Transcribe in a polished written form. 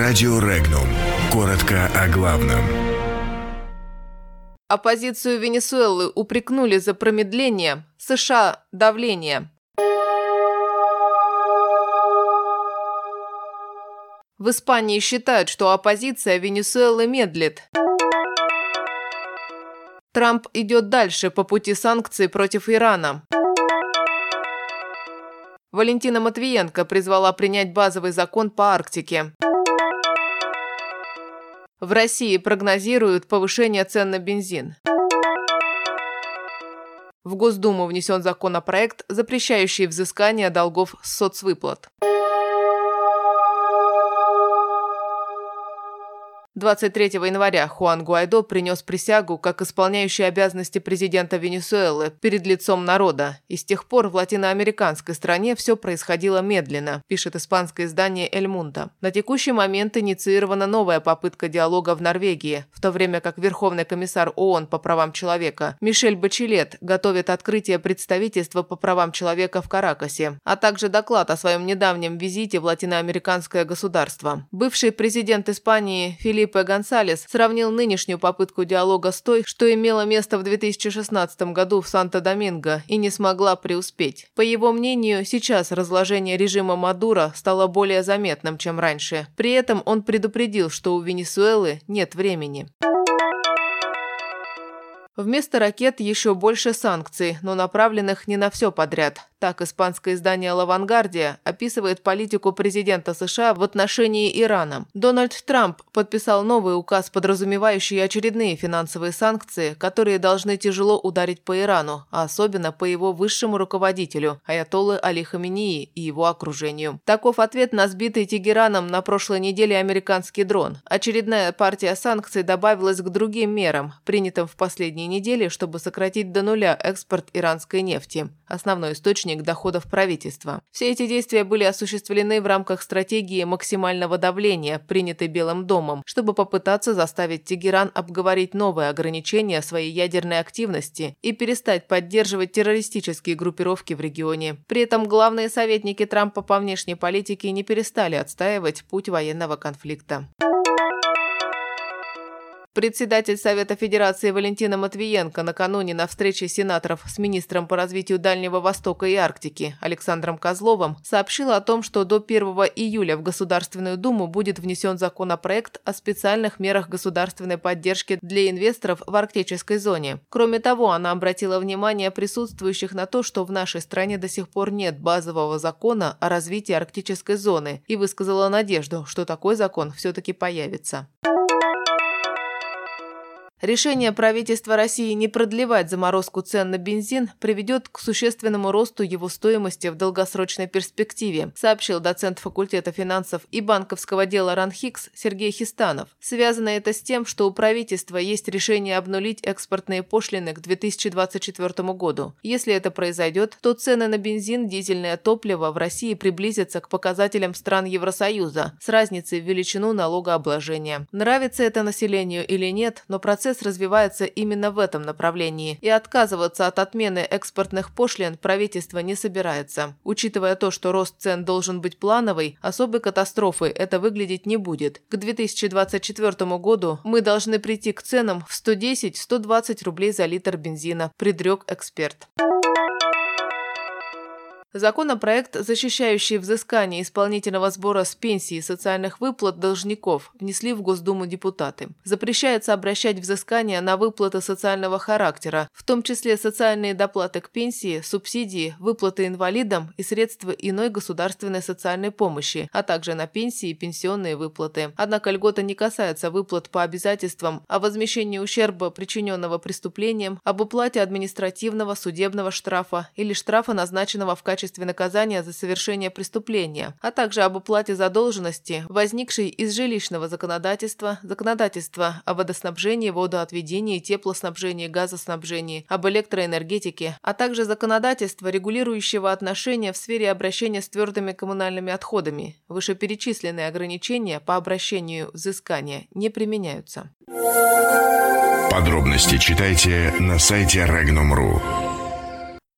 Радио Регнум. Коротко о главном. Оппозицию Венесуэлы упрекнули за промедление, США – давление. В Испании считают, что оппозиция Венесуэлы медлит. Трамп идет дальше по пути санкций против Ирана. Валентина Матвиенко призвала принять базовый закон по Арктике. В России прогнозируют повышение цен на бензин. В Госдуму внесен законопроект, запрещающий взыскание долгов с соцвыплат. 23 января Хуан Гуайдо принес присягу как исполняющий обязанности президента Венесуэлы перед лицом народа, и с тех пор в латиноамериканской стране все происходило медленно, пишет испанское издание «Эль Мундо». На текущий момент инициирована новая попытка диалога в Норвегии, в то время как Верховный комиссар ООН по правам человека Мишель Бачелет готовит открытие представительства по правам человека в Каракасе, а также доклад о своем недавнем визите в латиноамериканское государство. Бывший президент Испании Фелипе Гонсалес сравнил нынешнюю попытку диалога с той, что имела место в 2016 году в Санто-Доминго и не смогла преуспеть. По его мнению, сейчас разложение режима Мадуро стало более заметным, чем раньше. При этом он предупредил, что у Венесуэлы нет времени. Вместо ракет еще больше санкций, но направленных не на все подряд. Так, испанское издание «Ла Вангардия» описывает политику президента США в отношении Ирана. Дональд Трамп подписал новый указ, подразумевающий очередные финансовые санкции, которые должны тяжело ударить по Ирану, а особенно по его высшему руководителю, аятоллы Али Хаменеи и его окружению. Таков ответ на сбитый Тегераном на прошлой неделе американский дрон. Очередная партия санкций добавилась к другим мерам, принятым в последние недели, чтобы сократить до нуля экспорт иранской нефти, основной источник доходов правительства. Все эти действия были осуществлены в рамках стратегии максимального давления, принятой Белым домом, чтобы попытаться заставить Тегеран обговорить новые ограничения своей ядерной активности и перестать поддерживать террористические группировки в регионе. При этом главные советники Трампа по внешней политике не перестали отстаивать путь военного конфликта. Председатель Совета Федерации Валентина Матвиенко накануне на встрече сенаторов с министром по развитию Дальнего Востока и Арктики Александром Козловым сообщила о том, что до 1 июля в Государственную Думу будет внесен законопроект о специальных мерах государственной поддержки для инвесторов в арктической зоне. Кроме того, она обратила внимание присутствующих на то, что в нашей стране до сих пор нет базового закона о развитии арктической зоны, и высказала надежду, что такой закон все-таки появится. Решение правительства России не продлевать заморозку цен на бензин приведет к существенному росту его стоимости в долгосрочной перспективе, сообщил доцент факультета финансов и банковского дела РАНХИКС Сергей Хистанов. Связано это с тем, что у правительства есть решение обнулить экспортные пошлины к 2024 году. Если это произойдет, то цены на бензин, дизельное топливо в России приблизятся к показателям стран Евросоюза с разницей в величину налогообложения. Нравится это населению или нет, но процесс развивается именно в этом направлении, и отказываться от отмены экспортных пошлин правительство не собирается. Учитывая то, что рост цен должен быть плановый, особой катастрофой это выглядеть не будет. К 2024 году мы должны прийти к ценам в 110-120 рублей за литр бензина, предрек эксперт. Законопроект, защищающий взыскание исполнительного сбора с пенсии и социальных выплат должников, внесли в Госдуму депутаты. Запрещается обращать взыскание на выплаты социального характера, в том числе социальные доплаты к пенсии, субсидии, выплаты инвалидам и средства иной государственной социальной помощи, а также на пенсии и пенсионные выплаты. Однако льгота не касается выплат по обязательствам о возмещении ущерба, причиненного преступлением, об уплате административного, судебного штрафа или штрафа, назначенного в качестве наказания за совершение преступления, а также об уплате задолженности, возникшей из жилищного законодательства, законодательства о водоснабжении, водоотведении, теплоснабжении, газоснабжении, об электроэнергетике, а также законодательства, регулирующего отношения в сфере обращения с твердыми коммунальными отходами. Вышеперечисленные ограничения по обращению взыскания не применяются. Подробности читайте на сайте Regnum.ru.